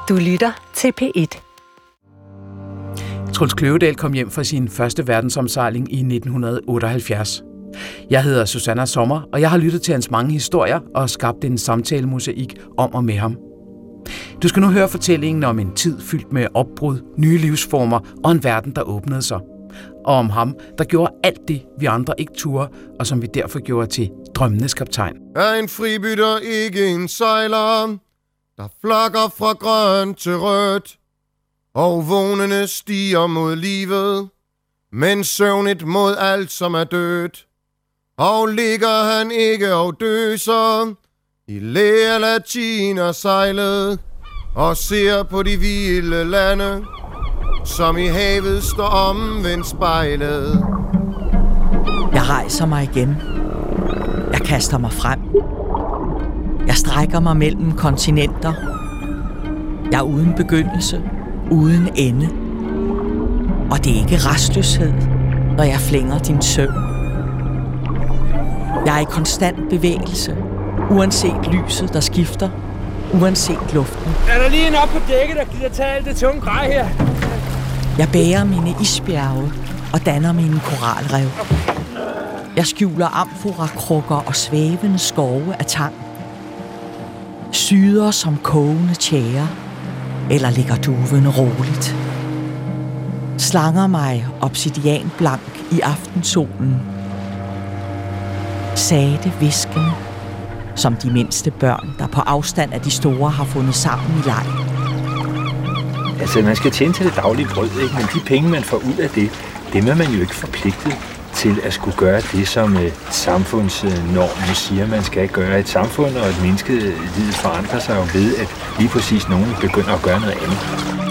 Du lytter til P1. Truls Kløvedal kom hjem fra sin første verdensomsejling i 1978. Jeg hedder Susanna Sommer, og jeg har lyttet til hans mange historier og skabt en samtalemosaik om og med ham. Du skal nu høre fortællingen om en tid fyldt med opbrud, nye livsformer og en verden, der åbnede sig. Og om ham, der gjorde alt det, vi andre ikke turde, og som vi derfor gjorde til drømmenes kaptajn. Er en fribytter ikke en sejler, der flakker fra grønt til rødt, og vågnene stiger mod livet, men søvnet mod alt, som er dødt. Og ligger han ikke og døser i lære latiner sejlet, og ser på de vilde lande, som i havet står omvendt spejlet. Jeg rejser mig igen. Jeg kaster mig frem. Jeg strækker mig mellem kontinenter. Jeg er uden begyndelse, uden ende. Og det er ikke rastløshed, når jeg flænger din søvn. Jeg er i konstant bevægelse, uanset lyset, der skifter, uanset luften. Er der lige en op på dækket, der gider tage alt det tunge grej her? Jeg bærer mine isbjerge og danner mine koralrev. Jeg skjuler amforakrukker og svævende skove af tang. Syder som kogende tjære, eller ligger duvende roligt. Slanger mig obsidianblank i aftensolen. Sagte viskende, som de mindste børn, der på afstand af de store har fundet sammen i leg. Altså, man skal tjene til det daglige brød, ikke? Men de penge, man får ud af det, dem er man jo ikke forpligtet til at skulle gøre det, som samfundsnormen siger, man skal gøre. Et samfund og et menneskeliv forandrer sig jo ved, at lige præcis nogen begynder at gøre noget andet.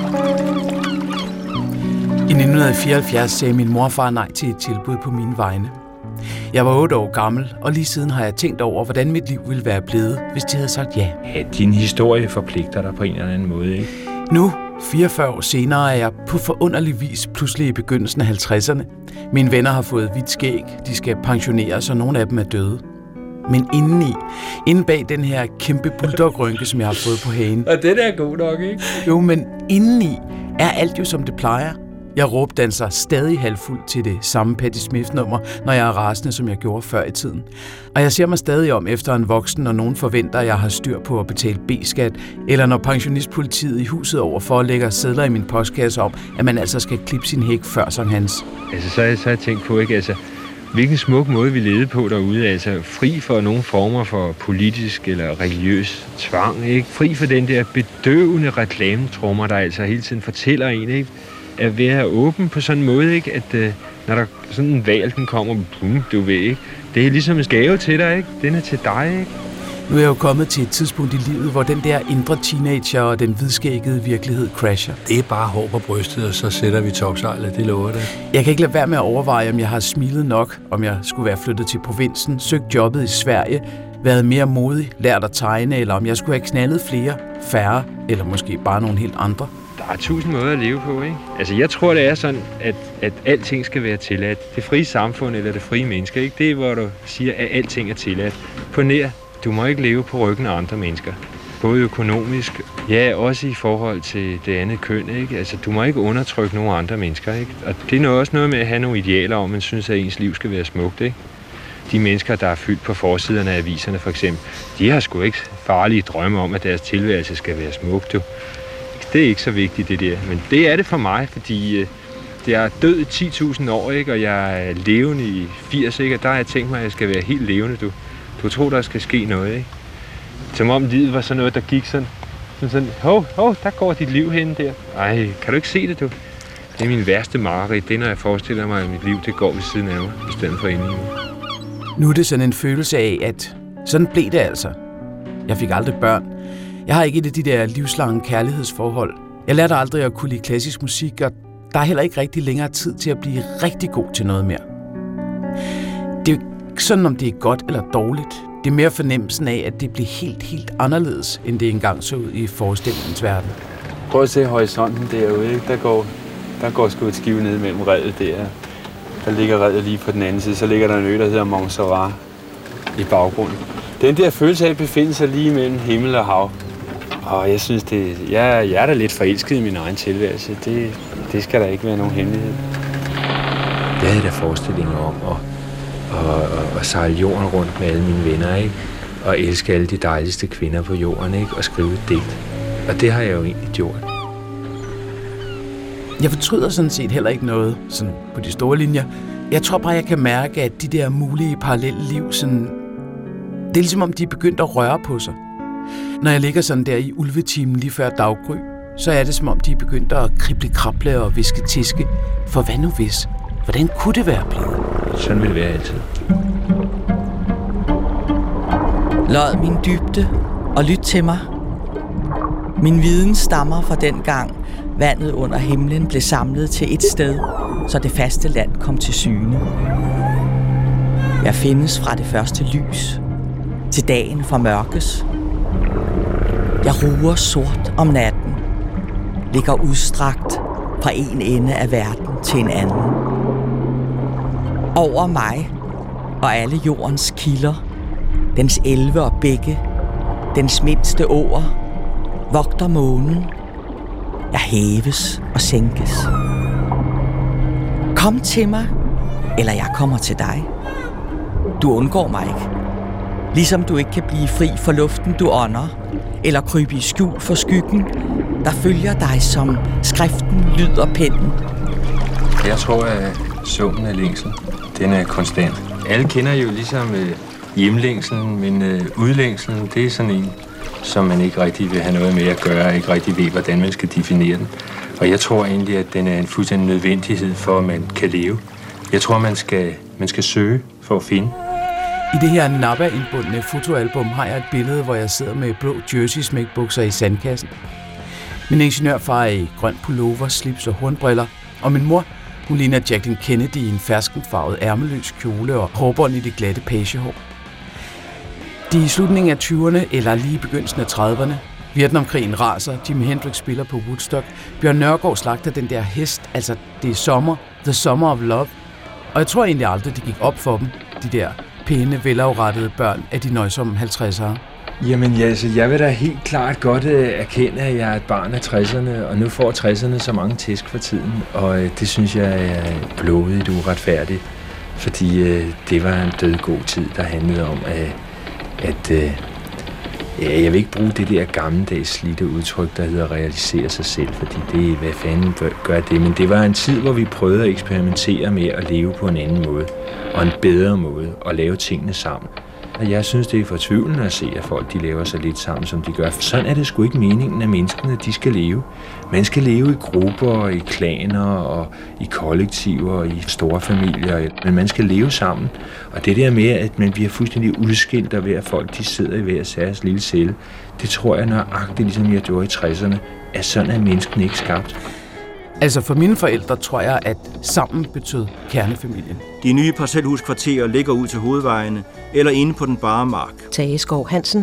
I 1974 sagde min mor og far nej til et tilbud på mine vegne. Jeg var 8 år gammel, og lige siden har jeg tænkt over, hvordan mit liv ville være blevet, hvis de havde sagt ja. Ja, din historie forpligter dig på en eller anden måde, ikke? Nu, 44 år senere, er jeg på forunderlig vis pludselig i begyndelsen af 50'erne. Mine venner har fået hvidt skæg, de skal pensioneres, og nogle af dem er døde. Men inde bag den her kæmpe bulldog-rynke, som jeg har fået på hagen. Og det er god nok, ikke? Jo, men indeni er alt jo som det plejer. Jeg råbdanser stadig halvfuld til det samme Patti Smith-nummer, når jeg er rasende, som jeg gjorde før i tiden. Og jeg ser mig stadig om efter en voksen, når nogen forventer, at jeg har styr på at betale B-skat, eller når pensionistpolitiet i huset overfor lægger sedler i min postkasse om, at man altså skal klippe sin hæk før Sankt Hans. Altså, så har jeg tænkt på, ikke? Altså, hvilken smuk måde vi levede på derude, altså fri for nogle former for politisk eller religiøs tvang, ikke? Fri for den der bedøvende reklametrummer, der altså hele tiden fortæller en, ikke? At være åben på sådan en måde, ikke? At når der sådan en valg, den kommer, du ved, ikke? Det er ligesom en gave til dig, ikke? Den er til dig, ikke? Nu er jeg jo kommet til et tidspunkt i livet, hvor den der indre teenager og den hvidskæggede virkelighed crasher. Det er bare hår på brystet, og så sætter vi togsejlet, det lover det. Jeg kan ikke lade være med at overveje, om jeg har smilet nok, om jeg skulle være flyttet til provinsen, søgt jobbet i Sverige, været mere modig, lært at tegne, eller om jeg skulle have knaldet flere, færre, eller måske bare nogle helt andre. Der er 1000 måder at leve på, ikke? Altså, jeg tror, det er sådan, at alting skal være tilladt. Det frie samfund eller det frie menneske, ikke? Det er, hvor du siger, at alting er tilladt. På nær, du må ikke leve på ryggen af andre mennesker. Både økonomisk, ja, også i forhold til det andet køn, ikke? Altså, du må ikke undertrykke nogen andre mennesker, ikke? Og det er også noget med at have nogle idealer om, man synes, at ens liv skal være smukt, ikke? De mennesker, der er fyldt på forsiderne af aviserne, for eksempel, de har sgu ikke farlige drømme om, at deres tilværelse skal være smukt, du. Det er ikke så vigtigt, det der. Men det er det for mig, fordi jeg er død i 10.000 år, ikke? Og jeg er levende i 80, ikke? Og der har jeg tænkt mig, at jeg skal være helt levende, du. Du tror, der skal ske noget, ikke? Som om livet var sådan noget, der gik sådan der går dit liv hen der. Ej, kan du ikke se det, du? Det er min værste mareridt. Det er, når jeg forestiller mig, at mit liv, det går ved siden af mig, i stedet for inde i mig. Nu er det sådan en følelse af, at sådan blev det altså. Jeg fik aldrig børn. Jeg har ikke et af de der livslange kærlighedsforhold. Jeg lærte aldrig at kunne lide klassisk musik, og der er heller ikke rigtig længere tid til at blive rigtig god til noget mere. Det er jo ikke sådan, om det er godt eller dårligt. Det er mere fornemmelsen af, at det bliver helt anderledes, end det engang så ud i forestillingens verden. Prøv at se horisonten derude, ikke? Der går sgu et skive ned mellem redet der. Der ligger redet lige på den anden side. Så ligger der en ø, der hedder Montserrat i baggrunden. Den der følelse af at befinde sig lige mellem himmel og hav. Og jeg synes, jeg er da lidt forelsket i min egen tilværelse. Det skal der ikke være nogen hemmelighed. Jeg havde da forestillinger om at sejle jorden rundt med alle mine venner, ikke? Og elske alle de dejligste kvinder på jorden, ikke? Og skrive et digt. Og det har jeg jo egentlig gjort. Jeg fortryder sådan set heller ikke noget, sådan på de store linjer. Jeg tror bare, jeg kan mærke, at de der mulige parallelle liv, sådan, det er ligesom om de er begyndt at røre på sig. Når jeg ligger sådan der i ulvetimen lige før daggry, så er det som om de er begyndt at krible-krable og viske-tiske. For hvad nu hvis? Hvordan kunne det være blevet? Sådan vil det være altid. Lod min dybde og lyt til mig. Min viden stammer fra den gang, vandet under himlen blev samlet til et sted, så det faste land kom til syne. Jeg findes fra det første lys, til dagen formørkes. Jeg ruer sort om natten, ligger udstrakt fra en ende af verden til en anden. Over mig og alle jordens kilder, dens elve og bække, dens mindste åer, vogter månen. Jeg hæves og sænkes. Kom til mig, eller jeg kommer til dig. Du undgår mig ikke. Ligesom du ikke kan blive fri for luften, du ånder, eller krybe i skjul for skyggen, der følger dig, som skriften lyder pennen. Jeg tror, at summen af længsel, den er konstant. Alle kender jo ligesom hjemlængselen, men udlængselen, det er sådan en, som man ikke rigtig vil have noget med at gøre, ikke rigtig ved, hvordan man skal definere den. Og jeg tror egentlig, at den er en fuldstændig nødvendighed for, at man kan leve. Jeg tror, man skal søge for at finde. I det her Nappa-indbundne fotoalbum har jeg et billede, hvor jeg sidder med blå jersey-smækbukser i sandkassen. Min ingeniørfar er i grøn pullover, slips og hornbriller, og min mor, hun ligner Jacqueline Kennedy i en ferskenfarvet ærmeløs kjole og hårbånd i det glatte pagehår. De er i slutningen af 20'erne eller lige i begyndelsen af 30'erne. Vietnamkrigen raser, Jimi Hendrix spiller på Woodstock, Bjørn Nørgaard slagter den der hest, altså det er sommer, The Summer of Love. Og jeg tror egentlig aldrig, det gik op for dem, de der pæne, velafrettede børn af de nøjsomme 50'ere. Jamen ja, altså, jeg vil da helt klart godt erkende, at jeg er et barn af 60'erne, og nu får 60'erne så mange tæsk for tiden, og det synes jeg er blodigt uretfærdigt, fordi det var en dødgod tid, der handlede om, at jeg vil ikke bruge det der gammeldags slidte udtryk, der hedder at realisere sig selv, fordi det, hvad fanden gør det, men det var en tid, hvor vi prøvede at eksperimentere med at leve på en anden måde, og en bedre måde, og lave tingene sammen. Og jeg synes, det er fortvivlende at se, at folk de laver sig lidt sammen, som de gør. Sådan er det sgu ikke meningen, at menneskene de skal leve. Man skal leve i grupper, og i klaner, og i kollektiver, og i store familier. Men man skal leve sammen. Og det der med, at man bliver fuldstændig udskilt af hver folk, de sidder i hver deres lille celle, det tror jeg nøjagtigt, ligesom jeg gjorde i 60'erne, at sådan er menneskene ikke skabt. Altså for mine forældre tror jeg, at sammen betød kernefamilien. De nye parcelhuskvarterer ligger ud til hovedvejene eller inde på den bare mark. Tage Skov Hansen,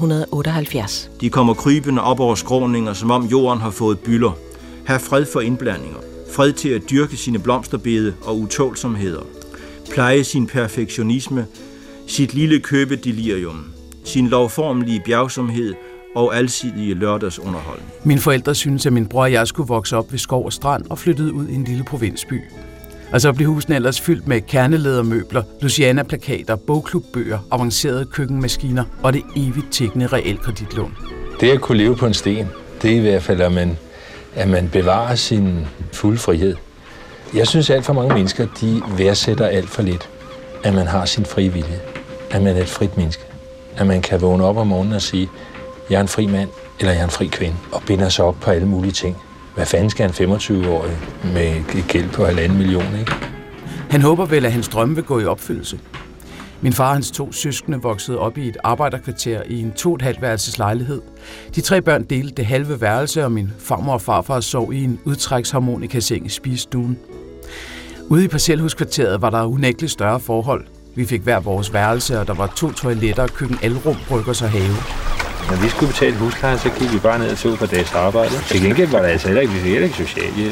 1978. De kommer krybende op over skråninger, som om jorden har fået bylder. Hav fred for indblandinger. Fred til at dyrke sine blomsterbede og utålsomheder. Pleje sin perfektionisme, sit lille købedelirium, sin lovformelige bjergsomhed og alsidige lørdagsunderholdning. Mine forældre synes, at min bror og jeg skulle vokse op ved skov og strand og flyttede ud i en lille provinsby. Og så blev husene ellers fyldt med kernelædermøbler, Luciana-plakater, bogklubbøger, avancerede køkkenmaskiner og det evigt tikkende realkreditlån. Det at kunne leve på en sten, det er i hvert fald, at man bevarer sin fulde frihed. Jeg synes, alt for mange mennesker, de værdsætter alt for lidt, at man har sin frie vilje, at man er et frit menneske, at man kan vågne op om morgenen og sige, jeg er en fri mand, eller jeg er en fri kvinde, og binder sig op på alle mulige ting. Hvad fanden skal en 25-årig med gæld på 1,5 million, ikke? Han håber vel, at hans drømme vil gå i opfyldelse. Min far og hans 2 søskende voksede op i et arbejderkvarter i en 2,5-værelses lejlighed. De 3 børn delte det halve værelse, og min farmor og farfar sov i en udtræksharmonikaseng i spisestuen. Ude i parcelhuskvarteret var der unægteligt større forhold. Vi fik hver vores værelse, og der var 2 toiletter, køkken, alrum, bryggers og have. Når vi skulle betale huslejen, så gik vi bare ned og tog på dags arbejde. Til gengæld var der altså heller ikke socialhjælp.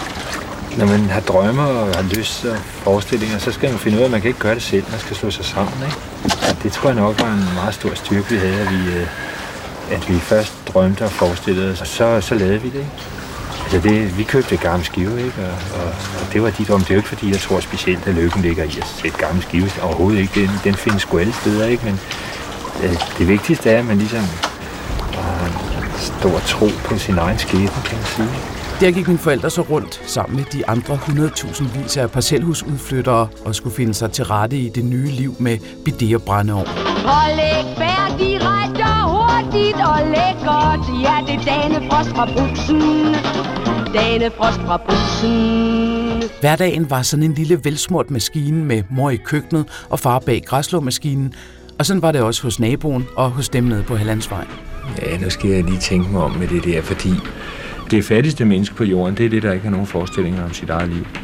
Når man har drømmer og har lyst og forestillinger, så skal man finde ud af, at man kan ikke gøre det selv. Man skal slå sig sammen, ikke? Det tror jeg nok var en meget stor styrke, vi havde, at at vi først drømte og forestillede os, og så lavede vi det, ikke? Altså vi købte et gammelt skive, ikke? Og det var de drømme. Det er jo ikke fordi, jeg tror specielt, at lykken ligger i at sætte gammelt skive. Overhovedet ikke. Den findes sgu alle steder, ikke? Men det vigtigste er, at man ligesom har en stor tro på sin egen skæbne, kan man sige. Der gik mine forældre så rundt sammen med de andre 100.000 vis af parcelhusudflyttere og skulle finde sig til rette i det nye liv med bidé og brændeovn. Og læg færdig, ret og hurtigt og lækkert. Ja, det er Danefrost fra Brugsen. Danefrost fra Brugsen. Hverdagen var sådan en lille velsmurt maskine med mor i køkkenet og far bag græsslåmaskinen. Og sådan var det også hos naboen og hos dem nede på Hallandsvej. Ja, nu skal jeg lige tænke mig om med det der, fordi det fattigste menneske på jorden, det er det, der ikke har nogen forestillinger om sit eget liv.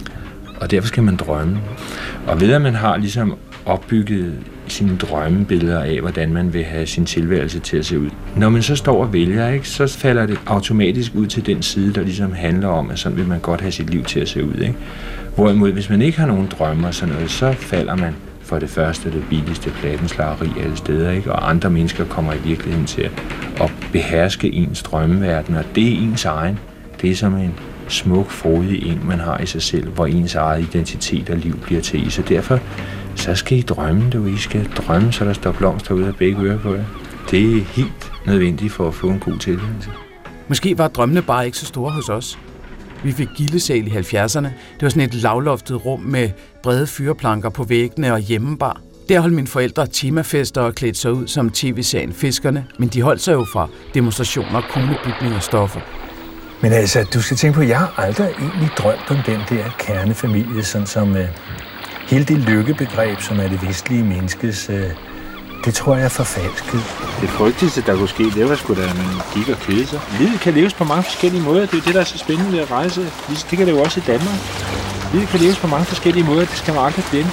Og derfor skal man drømme. Og ved at man har ligesom opbygget sine drømmebilleder af, hvordan man vil have sin tilværelse til at se ud. Når man så står og vælger, ikke, så falder det automatisk ud til den side, der ligesom handler om, at sådan vil man godt have sit liv til at se ud. Ikke? Hvorimod, hvis man ikke har nogen drømme og sådan noget, så falder man for det første det billigste plattenslageri alle steder, ikke? Og andre mennesker kommer i virkeligheden til at beherske ens drømmeverden, og det er ens egen. Det er som en smuk, frodig eng, man har i sig selv, hvor ens eget identitet og liv bliver til i. Så derfor, så skal I drømme, I skal drømme, så der står blomster ud af begge ører på jer. Det er helt nødvendigt for at få en god tilværelse. Måske var drømmene bare ikke så store hos os. Vi fik gildesal i 70'erne. Det var sådan et lavloftet rum med brede fyreplanker på væggene og hjemmebar. Der holdt mine forældre temafester og klædte sig ud som tv-serien Fiskerne, men de holdt sig jo fra demonstrationer, kuglebygning og stoffer. Men altså, du skal tænke på, at jeg har aldrig egentlig drømt om den der kernefamilie, sådan som hele det lykkebegreb, som er det vestlige menneskes, det tror jeg er forfalsket. Det frygteligste, der kunne ske, det var sgu da, at man gik og kedede sig. Livet kan leves på mange forskellige måder. Det er jo det, der er så spændende ved at rejse. Det kan det jo også i Danmark. Livet kan leves på mange forskellige måder. Det skal man aldrig glemme.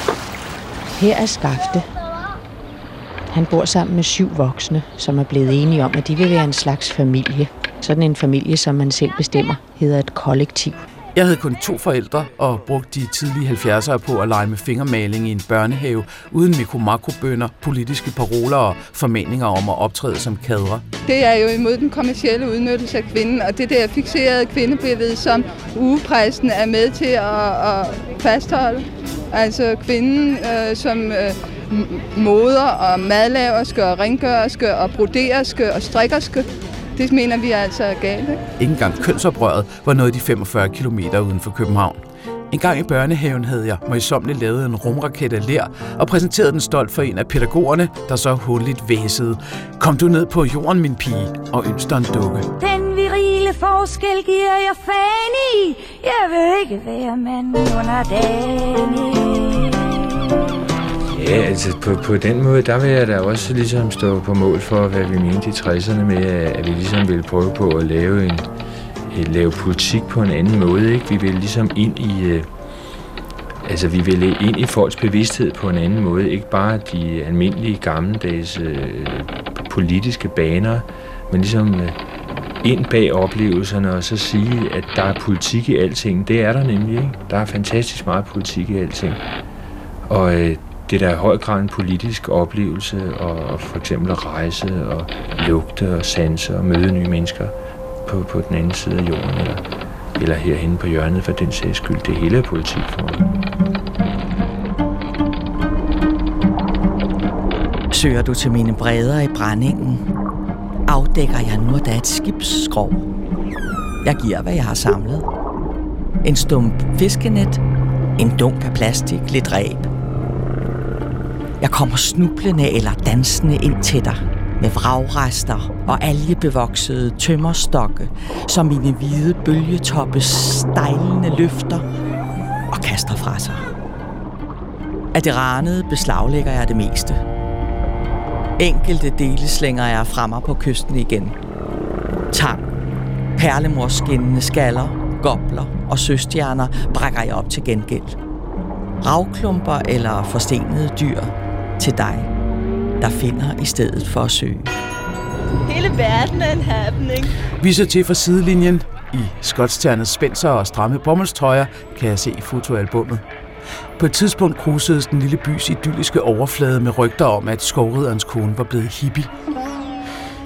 Her er Skafte. Han bor sammen med 7 voksne, som er blevet enige om, at de vil være en slags familie. Sådan en familie, som man selv bestemmer, hedder et kollektiv. Jeg havde kun 2 forældre og brugte de tidlige 70'ere på at lege med fingermaling i en børnehave, uden mikro-makrobønner, politiske paroler og formaninger om at optræde som kadre. Det er jo imod den kommercielle udnyttelse af kvinden, og det der fikserede kvindebillede, som ugepræsten er med til at fastholde. Altså kvinden som moder og madlaverske og rengørerske og broderske og strikkerske. Det mener vi altså er galt, ikke? Ikke engang kønsoprøret var nået de 45 kilometer uden for København. En gang i børnehaven havde jeg møjsommeligt lavet en rumraket af ler og præsenterede den stolt for en af pædagogerne, der så hundeligt væsede: "Kom du ned på jorden, min pige, og ønsker en dukke." Den virile forskel giver jeg fan i. Jeg vil ikke være mand under dagen. Ja, altså på den måde, der vil jeg da også ligesom stå på mål for, hvad vi mente i 60'erne med, at vi ligesom ville prøve på at lave politik på en anden måde, ikke? Vi ville ligesom ind i folks bevidsthed på en anden måde, ikke bare de almindelige gammeldags politiske baner, men ligesom ind bag oplevelserne og så sige, at der er politik i alting. Det er der nemlig, ikke? Der er fantastisk meget politik i alting. Og det er da i høj grad en politisk oplevelse, og for eksempel at rejse og lugte og sanse og møde nye mennesker på den anden side af jorden, eller herhenne på hjørnet for den sags skyld. Det hele er politik for mig. Søger du til mine bredder i brændingen, afdækker jeg nu da et skibsskrog. Jeg giver, hvad jeg har samlet. En stump fiskenet, en dunk af plastik, lidt reb. Jeg kommer snublende eller dansende ind til dig med vragrester og algebevoksede tømmerstokke, som mine hvide bølgetoppe stejlende løfter og kaster fra sig. Af det ranede beslaglægger jeg det meste. Enkelte dele slænger jeg fra mig på kysten igen. Tang, perlemorskinnende skaller, gobler og søstjerner brækker jeg op til gengæld. Ravklumper eller forstenede dyr til dig, der finder i stedet for at søge. Hele verden er en happening. Vi så til fra sidelinjen. I skotstjernet Spencer og stramme bomuldstrøjer kan jeg se i fotoalbummet. På et tidspunkt krusedes den lille bys idylliske overflade med rygter om, at skovriderens kone var blevet hippie.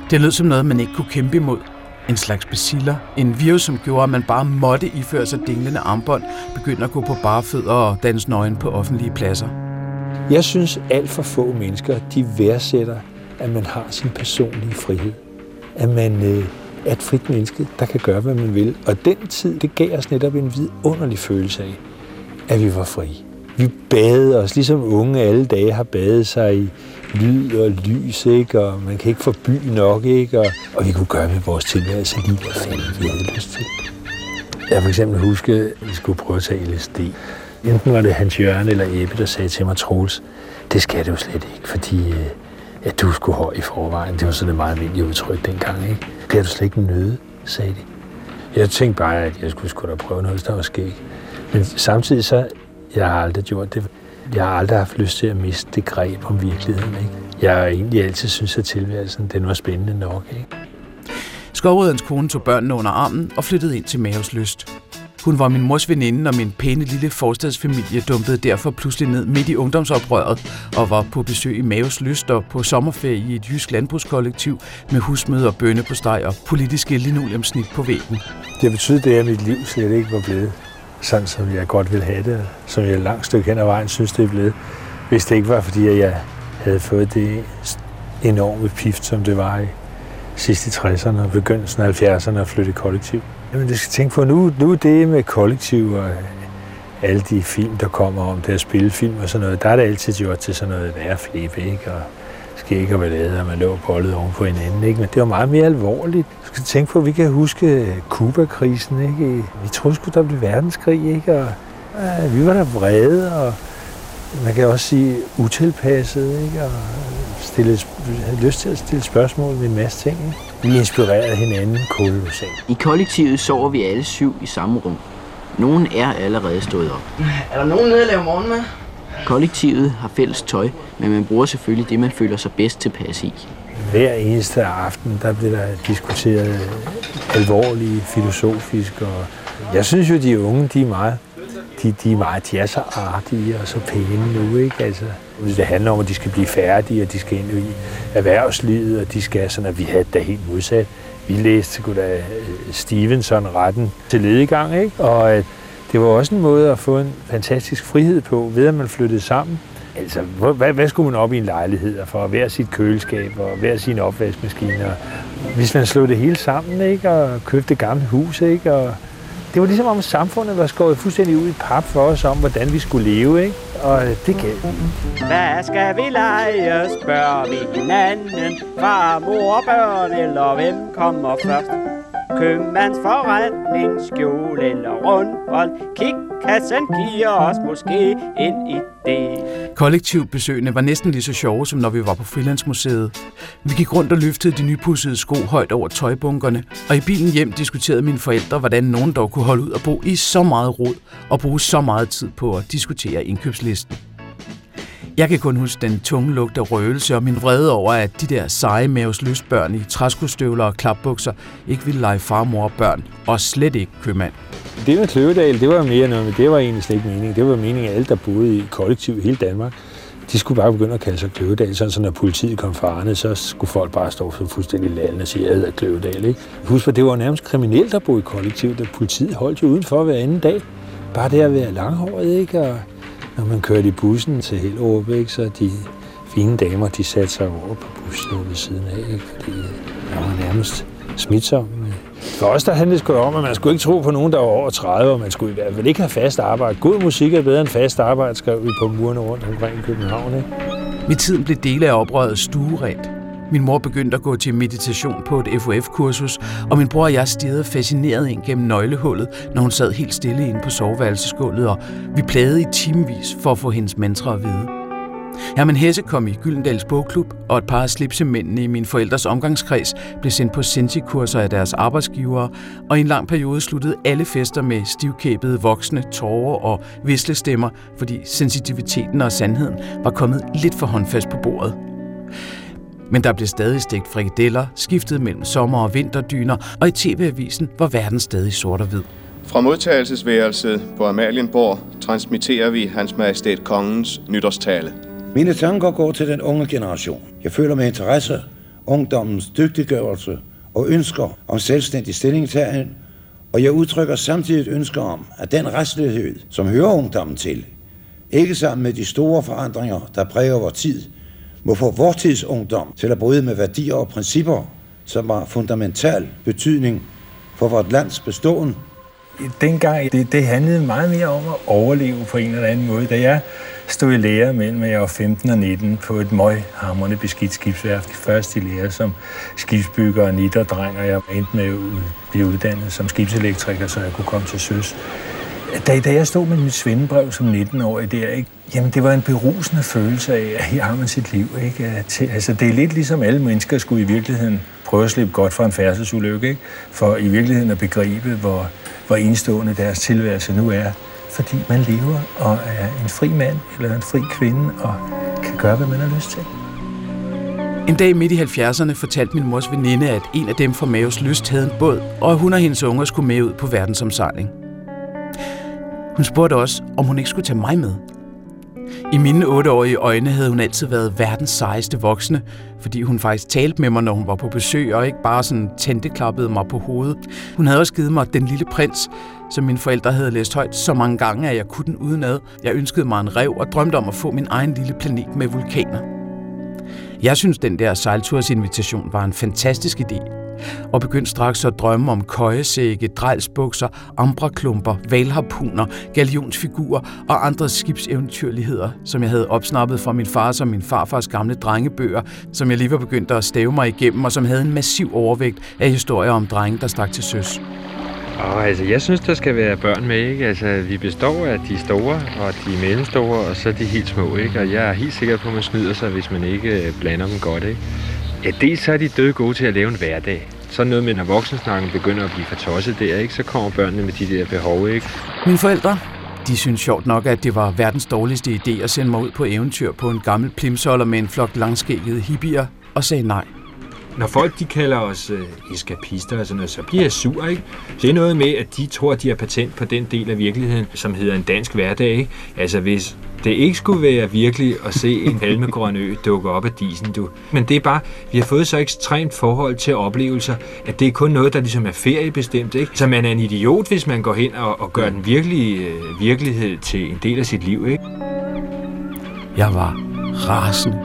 Det lød som noget, man ikke kunne kæmpe imod. En slags baciller, en virus, som gjorde, at man bare måtte iføre sig dinglende armbånd, begynde at gå på bare fødder og danse nøgen på offentlige pladser. Jeg synes, alt for få mennesker, de værdsætter, at man har sin personlige frihed. At man er et frit menneske, der kan gøre, hvad man vil. Og den tid, det gav os netop en vidunderlig følelse af, at vi var frie. Vi badede os, ligesom unge alle dage har badet sig i lyd og lys, ikke? Og man kan ikke få by nok, ikke? Og vi kunne gøre med vores tilværelse lige hvad fanden vi havde lyst til. Jeg for eksempel huske, at vi skulle prøve at tage LSD. Enten var det Hans Jørgen eller Ebbe, der sagde til mig, Troels, det skal du slet ikke, fordi at du skulle høj i forvejen. Det var sådan et meget almindeligt udtryk dengang, ikke? Bliver du slet ikke nødt, sagde de. Jeg tænkte bare, at jeg skulle da prøve noget, hvis der var skæg. Men samtidig så, jeg har aldrig gjort det. Jeg har aldrig haft lyst til at miste det greb om virkeligheden, ikke? Jeg har egentlig altid synes, at tilværelsen, den var spændende nok, ikke? Skovriderens kone tog børnene under armen og flyttede ind til Maves Lyst. Hun var min mors veninde, og min pæne lille forstadsfamilie dumpede derfor pludselig ned midt i ungdomsoprøret og var på besøg i Maves Lyst og på sommerferie i et jysk landbrugskollektiv med husmøde og bønne på steg og politiske linoleumsnit på væggen. Det betyder, at mit liv slet ikke var blevet sådan, som jeg godt ville have det, som jeg et langt stykke hen ad vejen synes, det er blevet. Hvis det ikke var, fordi jeg havde fået det enorme pift, som det var i sidst i 60'erne og begyndelsen af 70'erne at flytte kollektiv. Jamen, det skal tænke på, nu det med kollektiv og alle de film, der kommer om det at spille film og sådan noget, der er det altid gjort til sådan noget værflip, ikke? Og skæg og ballade, og man lå bollet oven på hinanden, ikke? Men det var meget mere alvorligt. Du skal tænke på, at vi kan huske Cuba-krisen, ikke? Vi troede sgu, der blev verdenskrig, ikke? Og vi var der vrede, og man kan også sige utilpasset, ikke? Og havde lyst til at stille spørgsmål med en masse ting, ikke? Vi inspirerede hinanden kolossalt. I kollektivet sover vi alle 7 i samme rum. Nogen er allerede stået op. Er der nogen nede at lave morgenmad? Kollektivet har fælles tøj, men man bruger selvfølgelig det, man føler sig bedst tilpas i. Hver eneste aften, der bliver der diskuteret alvorligt, filosofisk. Og jeg synes jo, de unge, de er så artige og så pæne nu, ikke? Altså, det handler om, at de skal blive færdige, og de skal ind i erhvervslivet, og de skal sådan, at vi havde det helt modsat. Vi læste Stevenson retten til ledegang, ikke? Og det var også en måde at få en fantastisk frihed på, ved at man flyttede sammen. Altså, hvad skulle man op i en lejlighed for at være sit køleskab og være sine opvaskemaskiner? Hvis man slog det hele sammen, ikke? Og købte det gamle hus, ikke? Og det var ligesom om samfundet var skåret fuldstændig ud i pap for os om, hvordan vi skulle leve, ikke? Og det gav. Hvad skal vi lege, spørger vi hinanden. Far, mor, børn eller hvem kommer først? Købmandsforretning, skjul eller rundbold. Kikkassen giver os måske en idé. Kollektivbesøgene var næsten lige så sjove, som når vi var på Frilandsmuseet. Vi gik rundt og løftede de nypudsede sko højt over tøjbunkerne, og i bilen hjem diskuterede mine forældre, hvordan nogen dog kunne holde ud og bo i så meget rod og bruge så meget tid på at diskutere indkøbslisten. Jeg kan kun huske den tunge lugt af røgelse og min vrede over, at de der seje Maves Lystbørn i træskostøvler og klapbukser ikke ville lege far, mor og børn, og slet ikke købmand. Det med Kløvedal, det var mere noget, men det var egentlig slet ikke meningen. Det var meningen, at alle, der boede i kollektiv i hele Danmark, de skulle bare begynde at kalde sig Kløvedal. Sådan, så når politiet kom farende, så skulle folk bare stå fuldstændig lallende og sige, at jeg hedder Kløvedal, ikke? Husk, at det var nærmest kriminelt at bo i kollektiv, da politiet holdt jo udenfor hver anden dag. Bare det at være langhåret, ikke? Og når man kørte i bussen til Hellerup, ikke, så de fine damer, de satte sig over på bussen ved siden af, ikke, fordi der var nærmest smitsom. For os der handlede det sgu om, at man skulle ikke tro på nogen, der var over 30, og man skulle i hvert fald ikke have fast arbejde. God musik er bedre end fast arbejde, skrev vi på murene rundt omkring København, ikke? Med tiden blev dele af oprøret stuerent. Min mor begyndte at gå til meditation på et FOF-kursus, og min bror og jeg stirrede fascineret ind gennem nøglehullet, når hun sad helt stille inde på soveværelsesgulvet, og vi plagede i timevis for at få hendes mantra at vide. Herman Hesse kom i Gyldendals Bogklub, og et par af slipsemændene i min forældres omgangskreds blev sendt på Sensi-kurser af deres arbejdsgivere, og i en lang periode sluttede alle fester med stivkæbede voksne, tårer og vislestemmer, fordi sensitiviteten og sandheden var kommet lidt for håndfast på bordet. Men der blev stadig stegt frikadeller, skiftet mellem sommer- og vinterdyner, og i TV-avisen var verden stadig sort og hvid. Fra modtagelsesværelset på Amalienborg transmitterer vi Hans Majestæt Kongens nytårstale. Mine tanker går til den unge generation. Jeg føler med interesse ungdommens dygtiggørelse og ønsker om selvstændig stillingtagen, og jeg udtrykker samtidig et ønske om, at den retslighed, som hører ungdommen til, ikke sammen med de store forandringer, der præger vores tid, må få vor tids ungdom til at bryde med værdier og principper, som har fundamental betydning for vores lands beståen. Dengang, det handlede meget mere om at overleve på en eller anden måde. Da jeg stod i lære mellem jeg var 15 og 19 på et møghamrende beskidt skibsværft. Først i lære som skibsbygger og nitterdreng, og jeg endte med at blive uddannet som skibselektriker, så jeg kunne komme til søs. Da jeg stod med mit svendebrev som 19-årig der, ikke? Jamen det var en berusende følelse af, at her har man sit liv. Ikke? Altså, det er lidt ligesom alle mennesker skulle i virkeligheden prøve at slippe godt fra en færdselsulykke, ikke? For i virkeligheden at begribe, hvor enestående deres tilværelse nu er. Fordi man lever og er en fri mand eller en fri kvinde og kan gøre, hvad man har lyst til. En dag midt i 70'erne fortalte min mors veninde, at en af dem fra Maves Lyst havde en båd, og at hun og hendes unger skulle med ud på verdensomsejling. Hun spurgte også, om hun ikke skulle tage mig med. I mine 8-årige øjne havde hun altid været verdens sejeste voksne, fordi hun faktisk talte med mig, når hun var på besøg, og ikke bare sådan tændeklappede mig på hovedet. Hun havde også givet mig Den Lille Prins, som mine forældre havde læst højt så mange gange, at jeg kunne den udenad. Jeg ønskede mig en rev og drømte om at få min egen lille planet med vulkaner. Jeg synes, den der sejltursinvitation var en fantastisk idé, og begyndte straks at drømme om køjesække, drejlsbukser, ambraklumper, hvalharpuner, galionsfigurer og andre skibseventyrligheder, som jeg havde opsnappet fra min fars og min farfars gamle drengebøger, som jeg lige var begyndt at stave mig igennem, og som havde en massiv overvægt af historier om drenge, der stak til søs. Altså, jeg synes, der skal være børn med, ikke? Altså, vi består af de store og de mellemstore, og så de helt små, ikke? Og jeg er helt sikker på, at man snyder sig, hvis man ikke blander dem godt, ikke? Ja, dels så er de døde gode til at lave en hverdag. Sådan noget med, når voksensnakken begynder at blive for tosset der, ikke? Så kommer børnene med de der behov, ikke? Mine forældre, de synes sjovt nok, at det var verdens dårligste idé at sende mig ud på eventyr på en gammel plimsoller med en flok langskæggede hippier, og sagde nej. Når folk de kalder os eskapister og sådan noget, så bliver jeg sur, ikke? Det er noget med, at de tror, at de har patent på den del af virkeligheden, som hedder en dansk hverdag, ikke? Altså hvis det ikke skulle være virkelig at se en halmegrøn ø dukke op af disen, du. Men det er bare, vi har fået så ekstremt forhold til oplevelser, at det er kun noget, der ligesom er feriebestemt, ikke? Så man er en idiot, hvis man går hen og gør den virkelige virkelighed til en del af sit liv, ikke? Jeg var rasende.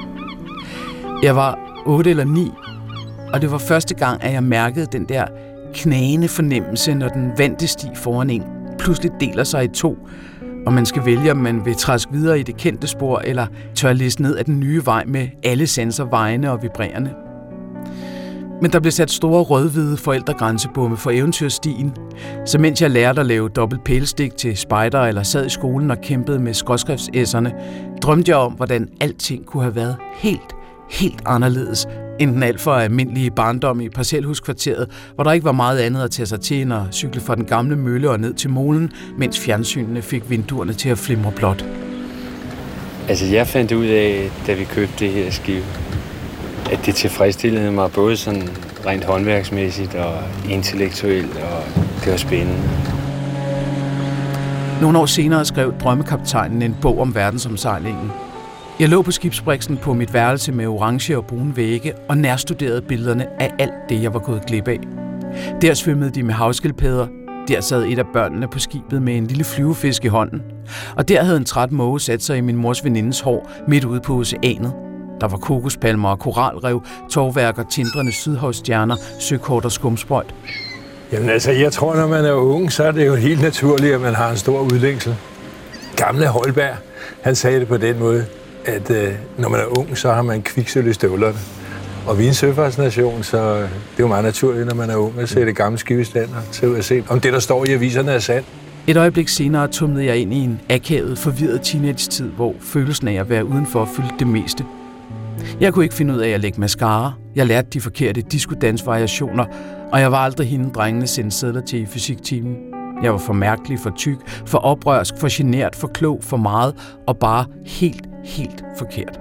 Jeg var 8 eller 9, og det var første gang, at jeg mærkede den der knagende fornemmelse, når den vante sti foran en pludselig deler sig i to, og man skal vælge, om man vil træske videre i det kendte spor, eller tør læse ned ad den nye vej med alle sanser vejende og vibrerende. Men der blev sat store rødhvide forældregrænsebomme for eventyrstien, så mens jeg lærte at lave dobbelt pælestik til spejder eller sad i skolen og kæmpede med skråskriftsesserne, drømte jeg om, hvordan alting kunne have været helt anderledes end den alt for almindelige barndom i parcelhuskvarteret, hvor der ikke var meget andet at tage sig til end at cykle fra den gamle mølle og ned til molen, mens fjernsynene fik vinduerne til at flimre blåt. Altså jeg fandt ud af, da vi købte det her skib, at det tilfredsstillede mig både sådan rent håndværksmæssigt og intellektuelt, og det var spændende. Nogle år senere skrev drømmekaptajnen en bog om verdensomsejlingen. Jeg lå på skibsbriksen på mit værelse med orange og brune vægge og nærstuderede billederne af alt det, jeg var gået glip af. Der svømmede de med havskildpadder, der sad et af børnene på skibet med en lille flyvefisk i hånden, og der havde en træt måge sat sig i min mors venindes hår midt ude på oceanet. Der var kokospalmer og koralrev, torvværker, tindrende sydhavsstjerner, søkort og skumsprøjt. Jamen altså, jeg tror, når man er ung, så er det jo helt naturligt, at man har en stor udlængsel. Gamle Holberg, han sagde det på den måde, at når man er ung, så har man kviksølv i støvlerne. Og vi er en søfartsnation, så det er jo meget naturligt, når man er ung, at sætte gamle skib i stand og til at se, om det, der står i aviserne, er sandt. Et øjeblik senere tumlede jeg ind i en akavet, forvirret teenage-tid, hvor følelsen af at være udenfor fyldte det meste. Jeg kunne ikke finde ud af at lægge mascara. Jeg lærte de forkerte disco-dans-variationer, og jeg var aldrig hende, drengene sendte sedler til i fysiktimen. Jeg var for mærkelig, for tyk, for oprørsk, for genert, for klog, for meget, og bare helt forkert.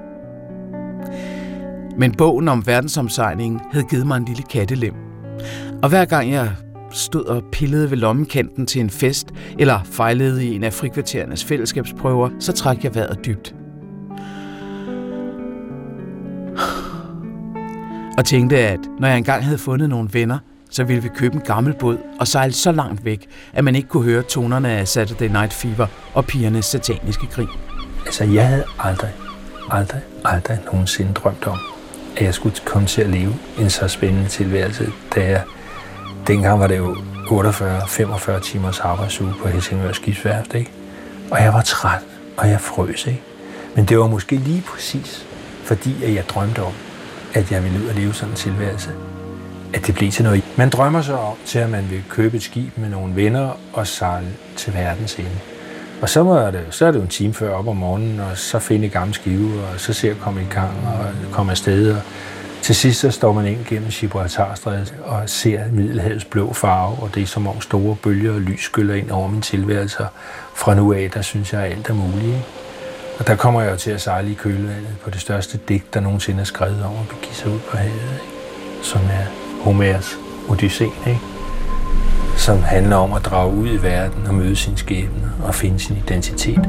Men bogen om verdensomsejlingen havde givet mig en lille kattelem. Og hver gang jeg stod og pillede ved lommekanten til en fest, eller fejlede i en af frikvarterernes fællesskabsprøver, så trak jeg vejret dybt. og tænkte, at når jeg engang havde fundet nogle venner, så ville vi købe en gammel båd og sejle så langt væk, at man ikke kunne høre tonerne af Saturday Night Fever og pigernes sataniske krig. Altså, jeg havde aldrig nogensinde drømt om, at jeg skulle komme til at leve en så spændende tilværelse, dengang var det jo 48-45 timers arbejdsuge på Helsingør Skibsværft, ikke? Og jeg var træt, og jeg frøs, ikke? Men det var måske lige præcis, fordi at jeg drømte om, at jeg ville ud og leve sådan en tilværelse, at det blev til noget. Man drømmer sig om til, at man vil købe et skib med nogle venner og sejle til verdens ende. Og så er det jo en time før op om morgenen, og så finde et gammelt skive, og så ser at komme i gang og komme afsted. Og til sidst så står man ind gennem Gibraltarstrædet og ser Middelhavets blå farve, og det er som om store bølger og lys skyller ind over min tilværelse. Fra nu af, der synes jeg, at alt er muligt. Ikke? Og der kommer jeg jo til at sejle i kølevandet på det største digt, der nogensinde er skrevet om at begive sig ud på havet, ikke? Som er Homers Odysseen, ikke? Som handler om at drage ud i verden og møde sin skæbne og finde sin identitet.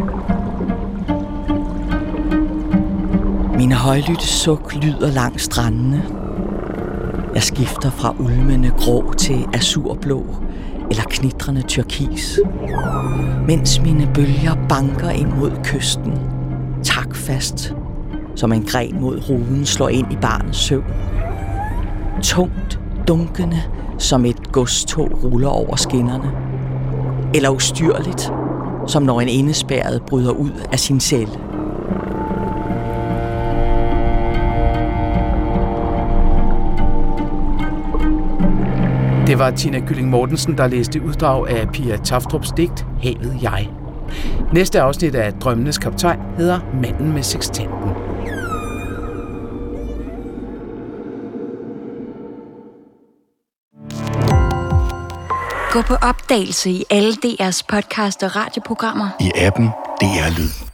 Mine højlytte suk lyder langs strandene. Jeg skifter fra ulmende grå til azurblå eller knitrende turkis, mens mine bølger banker ind mod kysten, takfast, som en gren mod ruden slår ind i barnets søvn. Tungt, dunkende, som et godstog ruller over skinnerne. Eller ustyrligt, som når en indespærret bryder ud af sin celle. Det var Tina Kylling Mortensen, der læste uddrag af Pia Taftrups digt Havet Jeg. Næste afsnit af Drømmenes Kaptajn hedder Manden med sekstanten. Gå på opdagelse i alle DR's podcast og radioprogrammer. I appen DR Lyd.